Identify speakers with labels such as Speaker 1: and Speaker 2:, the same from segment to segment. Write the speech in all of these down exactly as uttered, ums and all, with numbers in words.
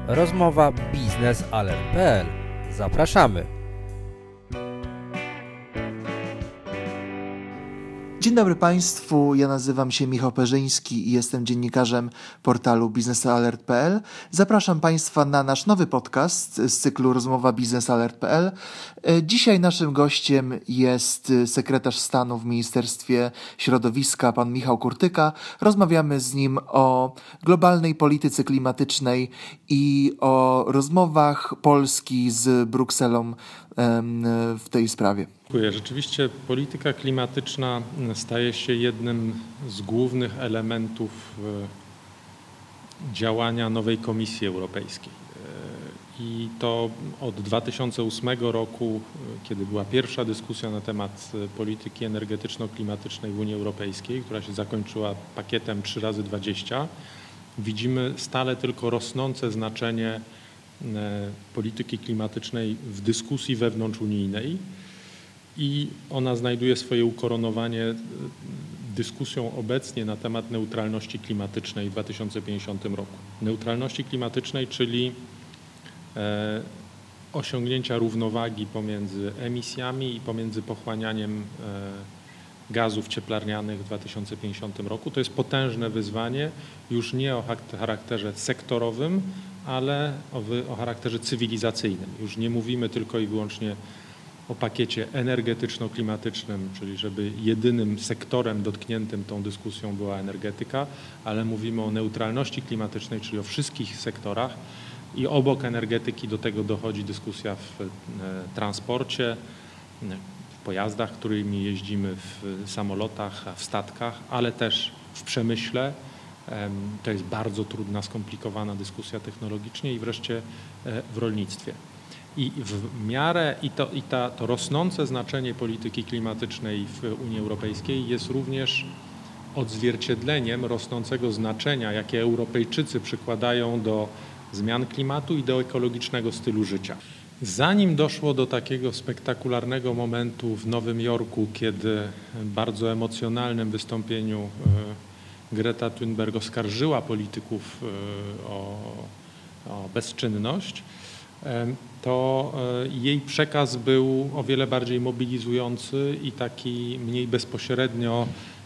Speaker 1: Rozmowa biznes alert kropka p l. Zapraszamy.
Speaker 2: Dzień dobry Państwu, ja nazywam się Michał Perzyński i jestem dziennikarzem portalu biznes alert kropka p l. Zapraszam Państwa na nasz nowy podcast z cyklu Rozmowa biznes alert kropka p l. Dzisiaj naszym gościem jest sekretarz stanu w Ministerstwie Środowiska, pan Michał Kurtyka. Rozmawiamy z nim o globalnej polityce klimatycznej i o rozmowach Polski z Brukselą w tej sprawie.
Speaker 3: Dziękuję. Rzeczywiście polityka klimatyczna staje się jednym z głównych elementów działania nowej Komisji Europejskiej. I to od dwa tysiące ósmego roku, kiedy była pierwsza dyskusja na temat polityki energetyczno-klimatycznej w Unii Europejskiej, która się zakończyła pakietem trzy razy dwadzieścia, widzimy stale tylko rosnące znaczenie polityki klimatycznej w dyskusji wewnątrzunijnej. I ona znajduje swoje ukoronowanie dyskusją obecnie na temat neutralności klimatycznej w dwa tysiące pięćdziesiątym roku. Neutralności klimatycznej, czyli e, osiągnięcia równowagi pomiędzy emisjami i pomiędzy pochłanianiem e, gazów cieplarnianych w dwa tysiące pięćdziesiątym roku. To jest potężne wyzwanie, już nie o charakterze sektorowym, ale o, o charakterze cywilizacyjnym. Już nie mówimy tylko i wyłącznie o pakiecie energetyczno-klimatycznym, czyli żeby jedynym sektorem dotkniętym tą dyskusją była energetyka, ale mówimy o neutralności klimatycznej, czyli o wszystkich sektorach i obok energetyki do tego dochodzi dyskusja w transporcie, w pojazdach, którymi jeździmy, w samolotach, w statkach, ale też w przemyśle. To jest bardzo trudna, skomplikowana dyskusja technologicznie i wreszcie w rolnictwie. I w miarę i, to, i ta, to rosnące znaczenie polityki klimatycznej w Unii Europejskiej jest również odzwierciedleniem rosnącego znaczenia, jakie Europejczycy przykładają do zmian klimatu i do ekologicznego stylu życia. Zanim doszło do takiego spektakularnego momentu w Nowym Jorku, kiedy w bardzo emocjonalnym wystąpieniu Greta Thunberg oskarżyła polityków o, o bezczynność, to jej przekaz był o wiele bardziej mobilizujący i taki mniej bezpośrednio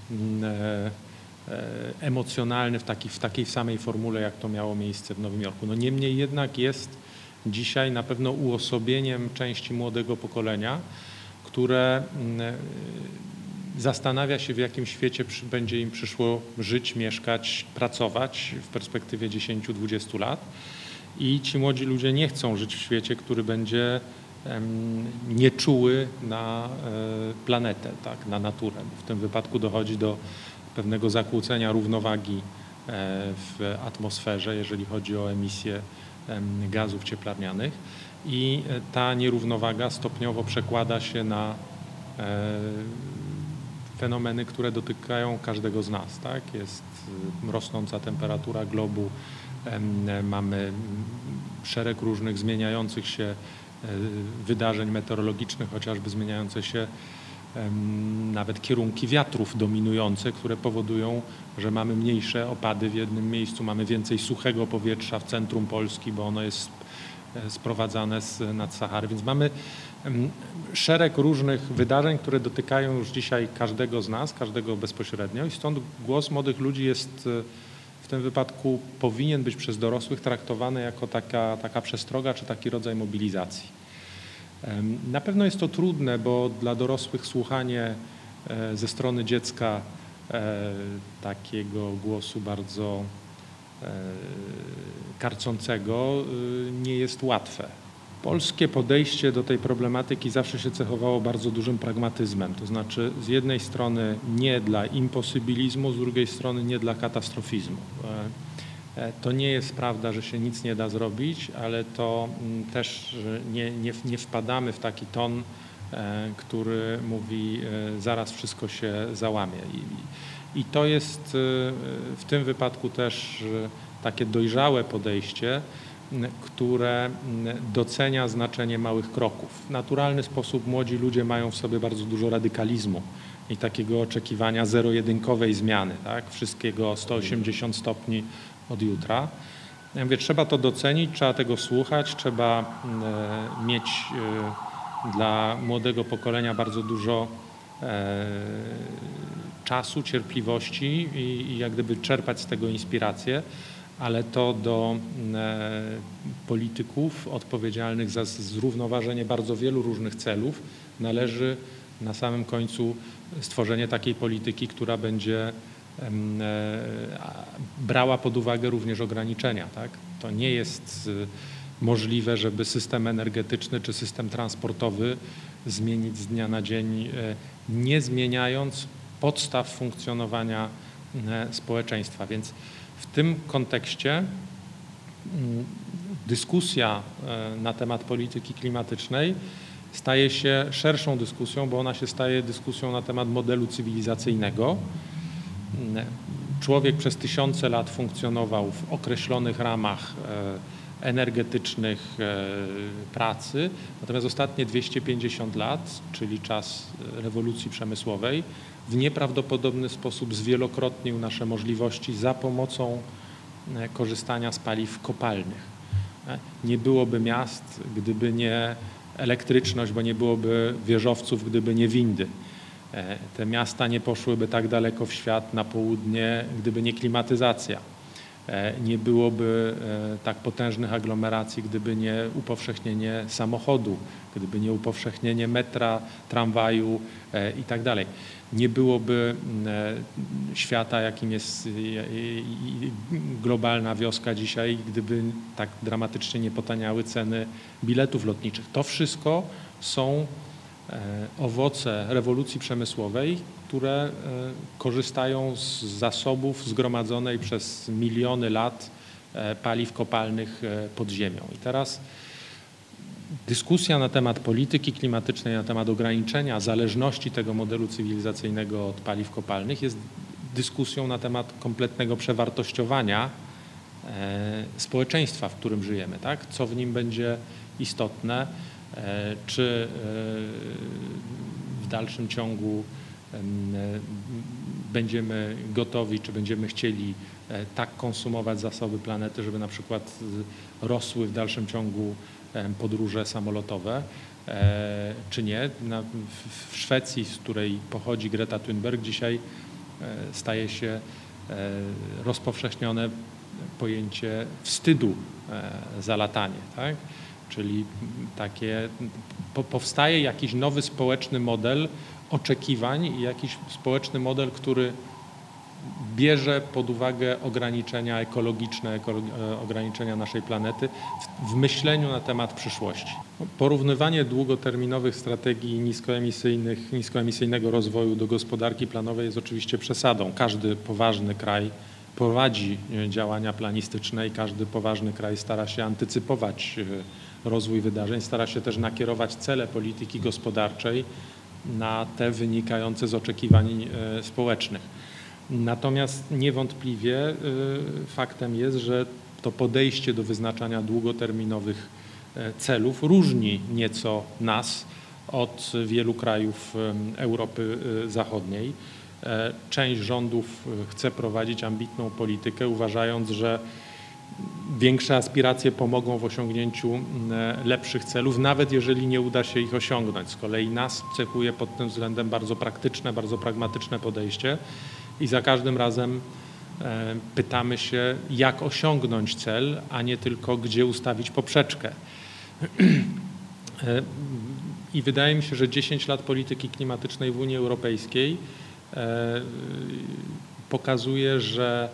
Speaker 3: emocjonalny w, taki, w takiej samej formule, jak to miało miejsce w Nowym Jorku. No niemniej jednak jest dzisiaj na pewno uosobieniem części młodego pokolenia, które zastanawia się, w jakim świecie będzie im przyszło żyć, mieszkać, pracować w perspektywie dziesięciu do dwudziestu lat. I ci młodzi ludzie nie chcą żyć w świecie, który będzie um, nieczuły na e, planetę, tak, na naturę. W tym wypadku dochodzi do pewnego zakłócenia równowagi e, w atmosferze, jeżeli chodzi o emisję e, gazów cieplarnianych. I ta nierównowaga stopniowo przekłada się na e, fenomeny, które dotykają każdego z nas. Tak? Jest rosnąca temperatura globu, mamy szereg różnych zmieniających się wydarzeń meteorologicznych, chociażby zmieniające się nawet kierunki wiatrów dominujące, które powodują, że mamy mniejsze opady w jednym miejscu, mamy więcej suchego powietrza w centrum Polski, bo ono jest sprowadzane z nad Sahary, więc mamy szereg różnych wydarzeń, które dotykają już dzisiaj każdego z nas, każdego bezpośrednio i stąd głos młodych ludzi jest w tym wypadku powinien być przez dorosłych traktowany jako taka, taka przestroga czy taki rodzaj mobilizacji. Na pewno jest to trudne, bo dla dorosłych słuchanie ze strony dziecka takiego głosu bardzo karcącego nie jest łatwe. Polskie podejście do tej problematyki zawsze się cechowało bardzo dużym pragmatyzmem, to znaczy z jednej strony nie dla imposybilizmu, z drugiej strony nie dla katastrofizmu. To nie jest prawda, że się nic nie da zrobić, ale to też nie, nie, nie wpadamy w taki ton, który mówi zaraz wszystko się załamie. I, i to jest w tym wypadku też takie dojrzałe podejście, które docenia znaczenie małych kroków. W naturalny sposób młodzi ludzie mają w sobie bardzo dużo radykalizmu i takiego oczekiwania zero-jedynkowej zmiany, tak? Wszystkiego o sto osiemdziesiąt stopni od jutra. Ja mówię, trzeba to docenić, trzeba tego słuchać, trzeba mieć dla młodego pokolenia bardzo dużo czasu, cierpliwości i, i jak gdyby czerpać z tego inspirację, ale to do polityków odpowiedzialnych za zrównoważenie bardzo wielu różnych celów należy na samym końcu stworzenie takiej polityki, która będzie brała pod uwagę również ograniczenia. Tak? To nie jest możliwe, żeby system energetyczny czy system transportowy zmienić z dnia na dzień, nie zmieniając podstaw funkcjonowania społeczeństwa. Więc w tym kontekście dyskusja na temat polityki klimatycznej staje się szerszą dyskusją, bo ona się staje dyskusją na temat modelu cywilizacyjnego. Człowiek przez tysiące lat funkcjonował w określonych ramach energetycznych pracy, natomiast ostatnie dwieście pięćdziesiąt lat, czyli czas rewolucji przemysłowej, w nieprawdopodobny sposób zwielokrotnił nasze możliwości za pomocą korzystania z paliw kopalnych. Nie byłoby miast, gdyby nie elektryczność, bo nie byłoby wieżowców, gdyby nie windy. Te miasta nie poszłyby tak daleko w świat na południe, gdyby nie klimatyzacja. Nie byłoby tak potężnych aglomeracji, gdyby nie upowszechnienie samochodu, gdyby nie upowszechnienie metra, tramwaju i tak dalej. Nie byłoby świata, jakim jest globalna wioska dzisiaj, gdyby tak dramatycznie nie potaniały ceny biletów lotniczych. To wszystko są owoce rewolucji przemysłowej, które korzystają z zasobów zgromadzonej przez miliony lat paliw kopalnych pod ziemią. I teraz dyskusja na temat polityki klimatycznej, na temat ograniczenia zależności tego modelu cywilizacyjnego od paliw kopalnych jest dyskusją na temat kompletnego przewartościowania społeczeństwa, w którym żyjemy, tak? Co w nim będzie istotne, czy w dalszym ciągu będziemy gotowi, czy będziemy chcieli tak konsumować zasoby planety, żeby na przykład rosły w dalszym ciągu podróże samolotowe, czy nie. W Szwecji, z której pochodzi Greta Thunberg, dzisiaj staje się rozpowszechnione pojęcie wstydu za latanie, tak? Czyli takie, po, powstaje jakiś nowy społeczny model oczekiwań i jakiś społeczny model, który bierze pod uwagę ograniczenia ekologiczne, ograniczenia naszej planety w, w myśleniu na temat przyszłości. Porównywanie długoterminowych strategii niskoemisyjnych, niskoemisyjnego rozwoju do gospodarki planowej jest oczywiście przesadą. Każdy poważny kraj prowadzi działania planistyczne i każdy poważny kraj stara się antycypować rozwój wydarzeń, stara się też nakierować cele polityki gospodarczej na te wynikające z oczekiwań społecznych. Natomiast niewątpliwie faktem jest, że to podejście do wyznaczania długoterminowych celów różni nieco nas od wielu krajów Europy Zachodniej. Część rządów chce prowadzić ambitną politykę, uważając, że większe aspiracje pomogą w osiągnięciu lepszych celów, nawet jeżeli nie uda się ich osiągnąć. Z kolei nas cechuje pod tym względem bardzo praktyczne, bardzo pragmatyczne podejście i za każdym razem pytamy się, jak osiągnąć cel, a nie tylko gdzie ustawić poprzeczkę. I wydaje mi się, że dziesięć lat polityki klimatycznej w Unii Europejskiej pokazuje, że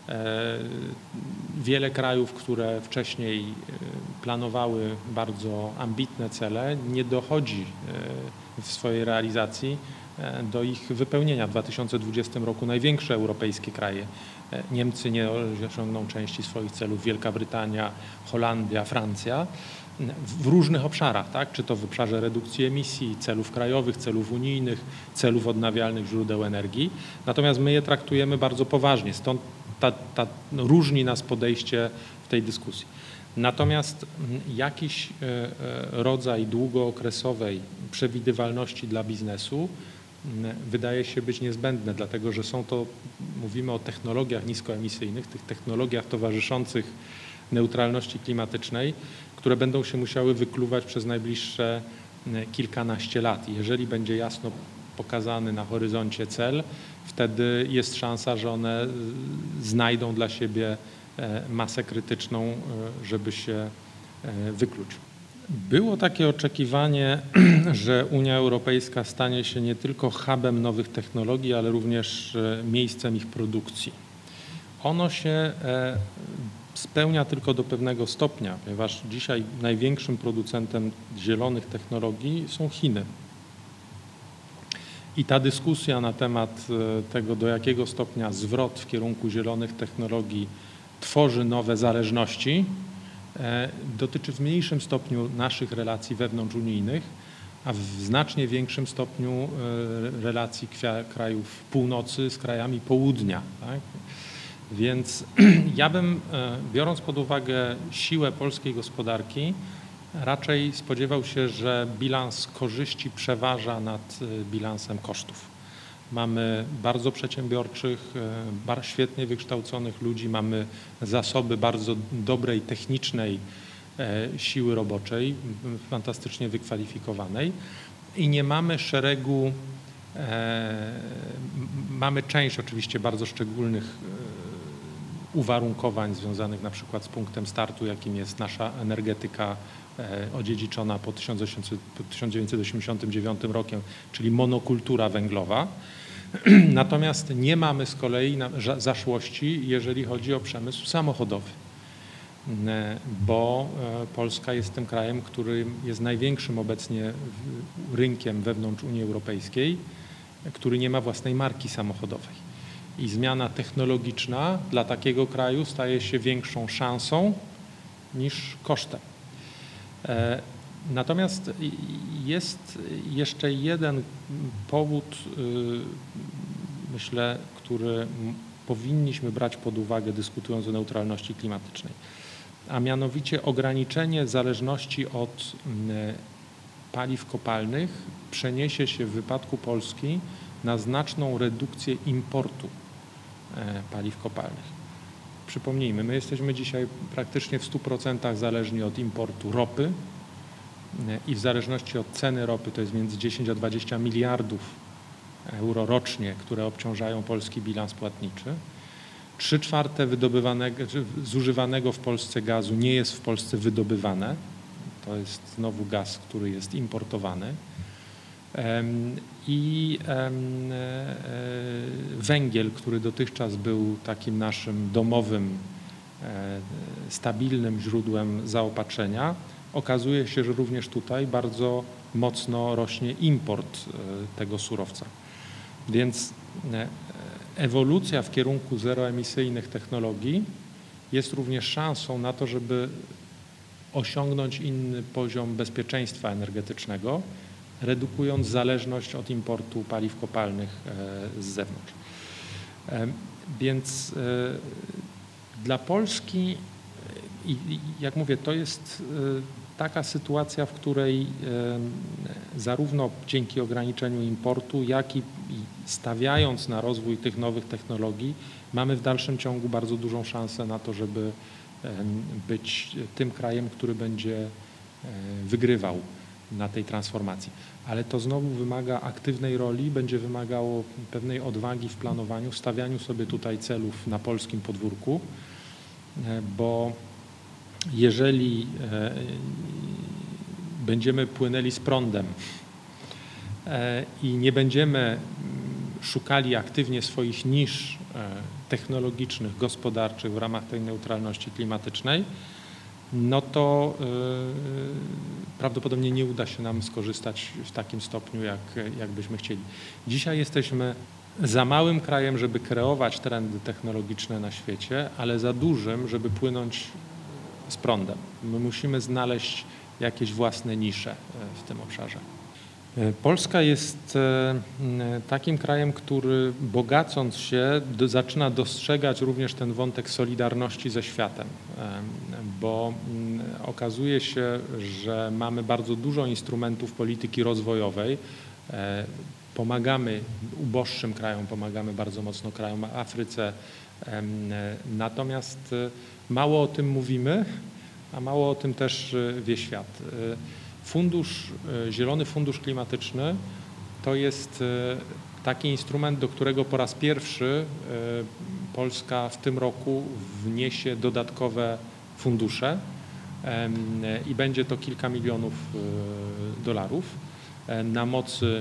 Speaker 3: wiele krajów, które wcześniej planowały bardzo ambitne cele, nie dochodzi w swojej realizacji do ich wypełnienia. W dwa tysiące dwudziestym roku największe europejskie kraje, Niemcy nie osiągną części swoich celów, Wielka Brytania, Holandia, Francja, w różnych obszarach, tak? Czy to w obszarze redukcji emisji, celów krajowych, celów unijnych, celów odnawialnych źródeł energii. Natomiast my je traktujemy bardzo poważnie, stąd ta, ta, no, różni nas podejście w tej dyskusji. Natomiast jakiś rodzaj długookresowej przewidywalności dla biznesu wydaje się być niezbędne, dlatego że są to, mówimy o technologiach niskoemisyjnych, tych technologiach towarzyszących neutralności klimatycznej, które będą się musiały wykluwać przez najbliższe kilkanaście lat. Jeżeli będzie jasno pokazany na horyzoncie cel, wtedy jest szansa, że one znajdą dla siebie masę krytyczną, żeby się wykluć. Było takie oczekiwanie, że Unia Europejska stanie się nie tylko hubem nowych technologii, ale również miejscem ich produkcji. Ono się spełnia tylko do pewnego stopnia, ponieważ dzisiaj największym producentem zielonych technologii są Chiny. I ta dyskusja na temat tego, do jakiego stopnia zwrot w kierunku zielonych technologii tworzy nowe zależności, dotyczy w mniejszym stopniu naszych relacji wewnątrzunijnych, a w znacznie większym stopniu relacji krajów północy z krajami południa. Tak? Więc ja bym, biorąc pod uwagę siłę polskiej gospodarki, raczej spodziewał się, że bilans korzyści przeważa nad bilansem kosztów. Mamy bardzo przedsiębiorczych, świetnie wykształconych ludzi, mamy zasoby bardzo dobrej, technicznej siły roboczej, fantastycznie wykwalifikowanej i nie mamy szeregu, mamy część oczywiście bardzo szczególnych uwarunkowań związanych na przykład z punktem startu, jakim jest nasza energetyka odziedziczona po tysiąc dziewięćset osiemdziesiątym dziewiątym rokiem, czyli monokultura węglowa. Natomiast nie mamy z kolei zaszłości, jeżeli chodzi o przemysł samochodowy, bo Polska jest tym krajem, który jest największym obecnie rynkiem wewnątrz Unii Europejskiej, który nie ma własnej marki samochodowej. I zmiana technologiczna dla takiego kraju staje się większą szansą niż kosztem. Natomiast jest jeszcze jeden powód, myślę, który powinniśmy brać pod uwagę, dyskutując o neutralności klimatycznej, a mianowicie ograniczenie zależności od paliw kopalnych przeniesie się w wypadku Polski na znaczną redukcję importu paliw kopalnych. Przypomnijmy, my jesteśmy dzisiaj praktycznie w stu procentach zależni od importu ropy i w zależności od ceny ropy to jest między dziesięć a dwadzieścia miliardów euro rocznie, które obciążają polski bilans płatniczy. Trzy czwarte wydobywanego, zużywanego w Polsce gazu nie jest w Polsce wydobywane. To jest znowu gaz, który jest importowany. I węgiel, który dotychczas był takim naszym domowym, stabilnym źródłem zaopatrzenia, okazuje się, że również tutaj bardzo mocno rośnie import tego surowca. Więc ewolucja w kierunku zeroemisyjnych technologii jest również szansą na to, żeby osiągnąć inny poziom bezpieczeństwa energetycznego, redukując zależność od importu paliw kopalnych z zewnątrz. Więc dla Polski, jak mówię, to jest taka sytuacja, w której zarówno dzięki ograniczeniu importu, jak i stawiając na rozwój tych nowych technologii, mamy w dalszym ciągu bardzo dużą szansę na to, żeby być tym krajem, który będzie wygrywał na tej transformacji. Ale to znowu wymaga aktywnej roli, będzie wymagało pewnej odwagi w planowaniu, w stawianiu sobie tutaj celów na polskim podwórku, bo jeżeli będziemy płynęli z prądem i nie będziemy szukali aktywnie swoich nisz technologicznych, gospodarczych w ramach tej neutralności klimatycznej, no to y, prawdopodobnie nie uda się nam skorzystać w takim stopniu, jak, jak byśmy chcieli. Dzisiaj jesteśmy za małym krajem, żeby kreować trendy technologiczne na świecie, ale za dużym, żeby płynąć z prądem. My musimy znaleźć jakieś własne nisze w tym obszarze. Polska jest takim krajem, który bogacąc się zaczyna dostrzegać również ten wątek solidarności ze światem, bo okazuje się, że mamy bardzo dużo instrumentów polityki rozwojowej. Pomagamy uboższym krajom, pomagamy bardzo mocno krajom w Afryce, Natomiast mało o tym mówimy, a mało o tym też wie świat. Fundusz, Zielony Fundusz Klimatyczny to jest taki instrument, do którego po raz pierwszy Polska w tym roku wniesie dodatkowe fundusze i będzie to kilka milionów dolarów na mocy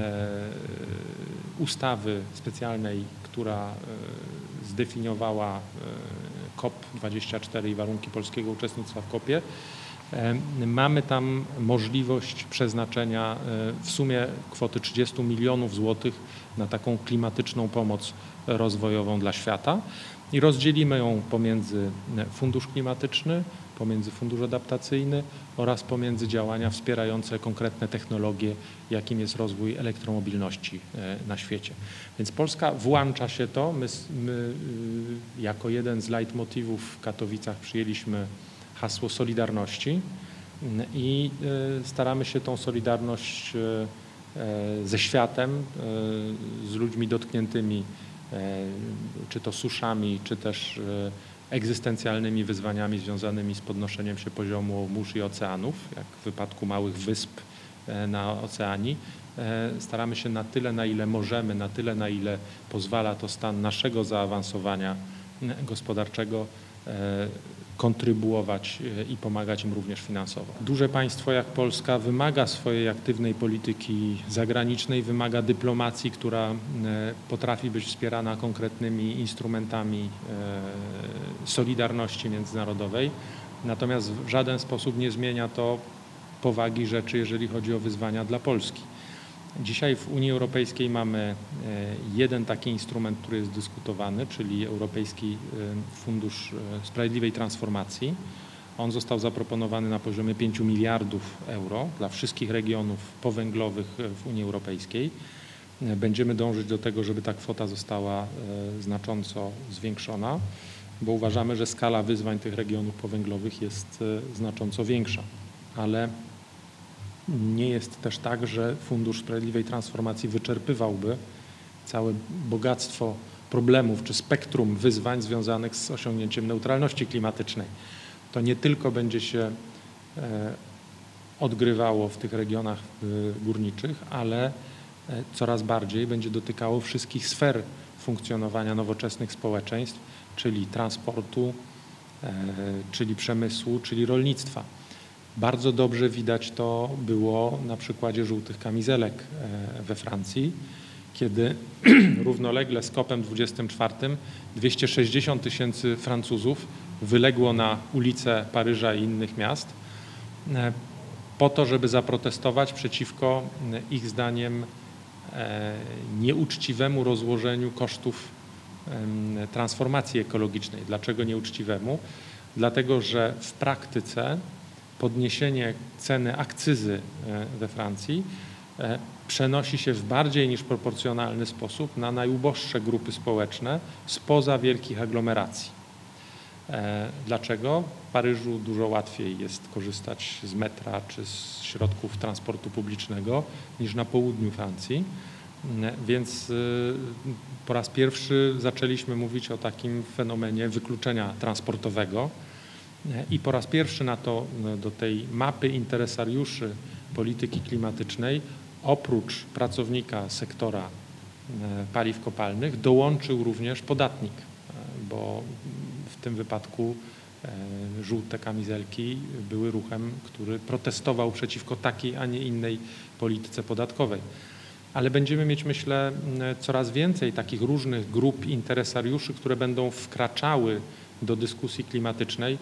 Speaker 3: ustawy specjalnej, która zdefiniowała COP dwadzieścia cztery i warunki polskiego uczestnictwa w kopie. Mamy tam możliwość przeznaczenia w sumie kwoty trzydziestu milionów złotych na taką klimatyczną pomoc rozwojową dla świata i rozdzielimy ją pomiędzy fundusz klimatyczny, pomiędzy fundusz adaptacyjny oraz pomiędzy działania wspierające konkretne technologie, jakim jest rozwój elektromobilności na świecie. Więc Polska włącza się to. My, my jako jeden z leitmotywów w Katowicach przyjęliśmy hasło Solidarności i staramy się tą solidarność ze światem, z ludźmi dotkniętymi czy to suszami, czy też egzystencjalnymi wyzwaniami związanymi z podnoszeniem się poziomu mórz i oceanów, jak w wypadku małych wysp na oceanii. Staramy się na tyle, na ile możemy, na tyle, na ile pozwala to stan naszego zaawansowania gospodarczego, kontrybuować i pomagać im również finansowo. Duże państwo jak Polska wymaga swojej aktywnej polityki zagranicznej, wymaga dyplomacji, która potrafi być wspierana konkretnymi instrumentami solidarności międzynarodowej. Natomiast w żaden sposób nie zmienia to powagi rzeczy, jeżeli chodzi o wyzwania dla Polski. Dzisiaj w Unii Europejskiej mamy jeden taki instrument, który jest dyskutowany, czyli Europejski Fundusz Sprawiedliwej Transformacji. On został zaproponowany na poziomie pięciu miliardów euro dla wszystkich regionów powęglowych w Unii Europejskiej. Będziemy dążyć do tego, żeby ta kwota została znacząco zwiększona, bo uważamy, że skala wyzwań tych regionów powęglowych jest znacząco większa. Ale nie jest też tak, że Fundusz Sprawiedliwej Transformacji wyczerpywałby całe bogactwo problemów czy spektrum wyzwań związanych z osiągnięciem neutralności klimatycznej. To nie tylko będzie się odgrywało w tych regionach górniczych, ale coraz bardziej będzie dotykało wszystkich sfer funkcjonowania nowoczesnych społeczeństw, czyli transportu, czyli przemysłu, czyli rolnictwa. Bardzo dobrze widać to było na przykładzie żółtych kamizelek we Francji, kiedy równolegle z kopem dwudziestym czwartym dwieście sześćdziesiąt tysięcy Francuzów wyległo na ulice Paryża i innych miast po to, żeby zaprotestować przeciwko ich zdaniem nieuczciwemu rozłożeniu kosztów transformacji ekologicznej. Dlaczego nieuczciwemu? Dlatego, że w praktyce podniesienie ceny akcyzy we Francji przenosi się w bardziej niż proporcjonalny sposób na najuboższe grupy społeczne spoza wielkich aglomeracji. Dlaczego? W Paryżu dużo łatwiej jest korzystać z metra czy z środków transportu publicznego niż na południu Francji, więc po raz pierwszy zaczęliśmy mówić o takim fenomenie wykluczenia transportowego. I po raz pierwszy na to, do tej mapy interesariuszy polityki klimatycznej oprócz pracownika sektora paliw kopalnych dołączył również podatnik, bo w tym wypadku żółte kamizelki były ruchem, który protestował przeciwko takiej, a nie innej polityce podatkowej. Ale będziemy mieć, myślę, coraz więcej takich różnych grup interesariuszy, które będą wkraczały do dyskusji klimatycznej,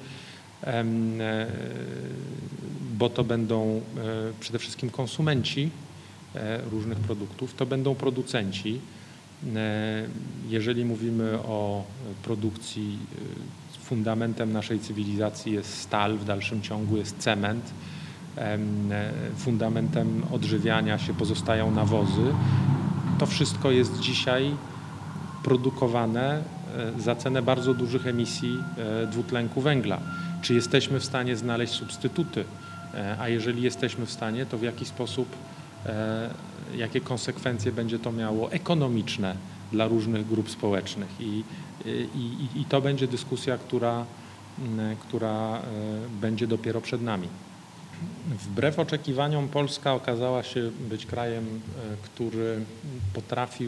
Speaker 3: bo to będą przede wszystkim konsumenci różnych produktów, to będą producenci. Jeżeli mówimy o produkcji, fundamentem naszej cywilizacji jest stal, w dalszym ciągu jest cement, fundamentem odżywiania się pozostają nawozy. To wszystko jest dzisiaj produkowane za cenę bardzo dużych emisji dwutlenku węgla. Czy jesteśmy w stanie znaleźć substytuty? A jeżeli jesteśmy w stanie, to w jaki sposób, jakie konsekwencje będzie to miało ekonomiczne dla różnych grup społecznych? I I, i, i to będzie dyskusja, która, która będzie dopiero przed nami. Wbrew oczekiwaniom Polska okazała się być krajem, który potrafił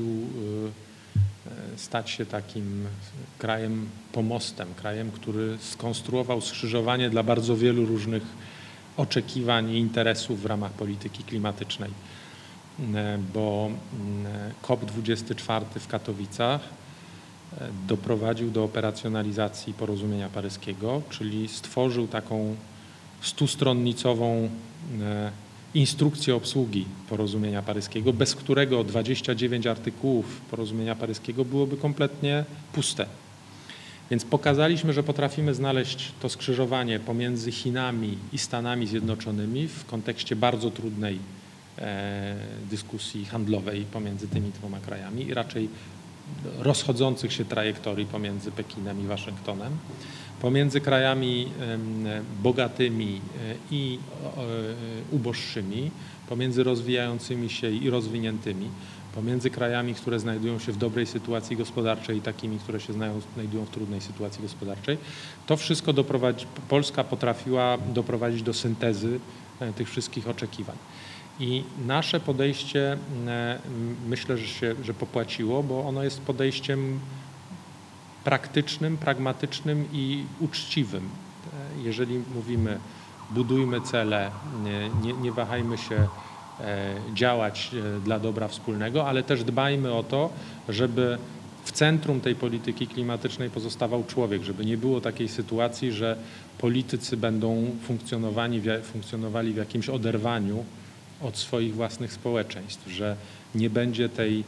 Speaker 3: stać się takim krajem pomostem, krajem, który skonstruował skrzyżowanie dla bardzo wielu różnych oczekiwań i interesów w ramach polityki klimatycznej. Bo COP dwudziesty czwarty w Katowicach doprowadził do operacjonalizacji porozumienia paryskiego, czyli stworzył taką stustronnicową instrukcję obsługi porozumienia paryskiego, bez którego dwadzieścia dziewięć artykułów porozumienia paryskiego byłoby kompletnie puste. Więc pokazaliśmy, że potrafimy znaleźć to skrzyżowanie pomiędzy Chinami i Stanami Zjednoczonymi w kontekście bardzo trudnej e, dyskusji handlowej pomiędzy tymi dwoma krajami i raczej rozchodzących się trajektorii pomiędzy Pekinem i Waszyngtonem, pomiędzy krajami bogatymi i uboższymi, pomiędzy rozwijającymi się i rozwiniętymi, pomiędzy krajami, które znajdują się w dobrej sytuacji gospodarczej i takimi, które się znajdują w trudnej sytuacji gospodarczej. To wszystko doprowadzi, Polska potrafiła doprowadzić do syntezy tych wszystkich oczekiwań. I nasze podejście, myślę, że się że popłaciło, bo ono jest podejściem praktycznym, pragmatycznym i uczciwym. Jeżeli mówimy, budujmy cele, nie, nie wahajmy się działać dla dobra wspólnego, ale też dbajmy o to, żeby w centrum tej polityki klimatycznej pozostawał człowiek, żeby nie było takiej sytuacji, że politycy będą funkcjonowali, funkcjonowali w jakimś oderwaniu od swoich własnych społeczeństw, że nie będzie tej,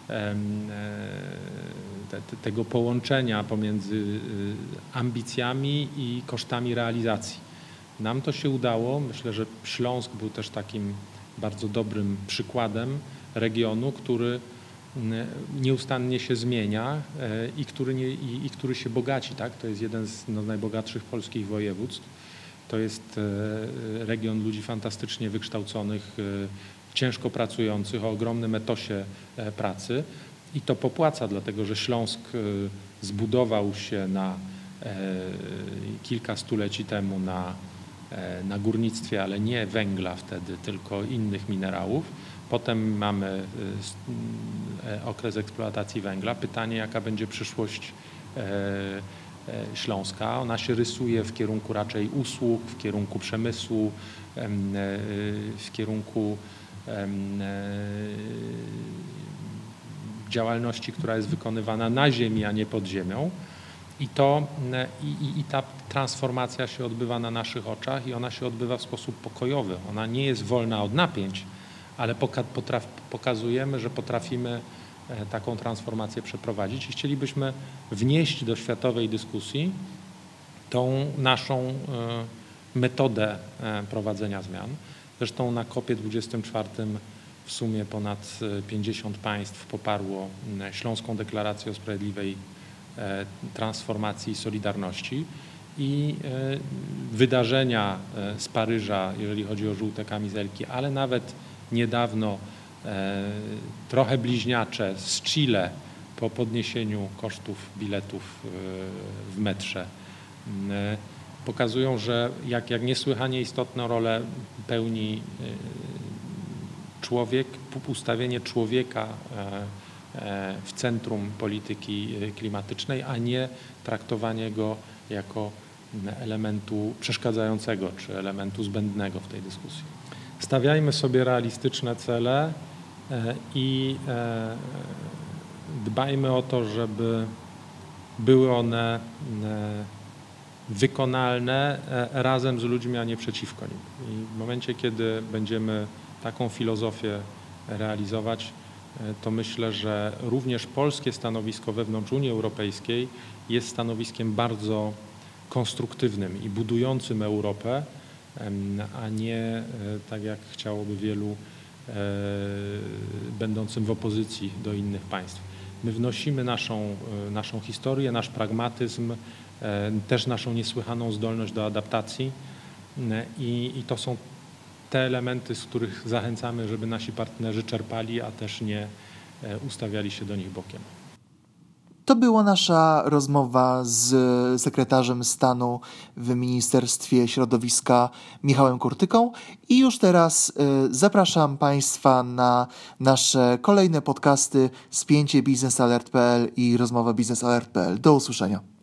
Speaker 3: te, tego połączenia pomiędzy ambicjami i kosztami realizacji. Nam to się udało. Myślę, że Śląsk był też takim bardzo dobrym przykładem regionu, który nieustannie się zmienia i który, nie, i, i który się bogaci. Tak? To jest jeden z no, najbogatszych polskich województw. To jest region ludzi fantastycznie wykształconych, ciężko pracujących, o ogromnym etosie pracy i to popłaca, dlatego że Śląsk zbudował się na kilka stuleci temu na, na górnictwie, ale nie węgla wtedy, tylko innych minerałów. Potem mamy okres eksploatacji węgla. Pytanie, jaka będzie przyszłość Śląska. Ona się rysuje w kierunku raczej usług, w kierunku przemysłu, w kierunku działalności, która jest wykonywana na ziemi, a nie pod ziemią. I, to, i, i ta transformacja się odbywa na naszych oczach i ona się odbywa w sposób pokojowy. Ona nie jest wolna od napięć, ale poka potraf, pokazujemy, że potrafimy taką transformację przeprowadzić i chcielibyśmy wnieść do światowej dyskusji tą naszą metodę prowadzenia zmian. Zresztą na kopie dwudziestym czwartym w sumie ponad pięćdziesiąt państw poparło Śląską Deklarację o Sprawiedliwej Transformacji i Solidarności i wydarzenia z Paryża, jeżeli chodzi o żółte kamizelki, ale nawet niedawno trochę bliźniacze z Chile po podniesieniu kosztów biletów w metrze pokazują, że jak, jak niesłychanie istotną rolę pełni człowiek, ustawienie człowieka w centrum polityki klimatycznej, a nie traktowanie go jako elementu przeszkadzającego czy elementu zbędnego w tej dyskusji. Stawiajmy sobie realistyczne cele i dbajmy o to, żeby były one wykonalne razem z ludźmi, a nie przeciwko nim. I w momencie, kiedy będziemy taką filozofię realizować, to myślę, że również polskie stanowisko wewnątrz Unii Europejskiej jest stanowiskiem bardzo konstruktywnym i budującym Europę, a nie tak jak chciałoby wielu, będącym w opozycji do innych państw. My wnosimy naszą, naszą historię, nasz pragmatyzm, też naszą niesłychaną zdolność do adaptacji i, i to są te elementy, z których zachęcamy, żeby nasi partnerzy czerpali, a też nie ustawiali się do nich bokiem.
Speaker 2: To była nasza rozmowa z sekretarzem stanu w Ministerstwie Środowiska Michałem Kurtyką i już teraz y, zapraszam Państwa na nasze kolejne podcasty Spięcie Biznes Alert kropka p l i Rozmowa Biznes Alert kropka p l. Do usłyszenia.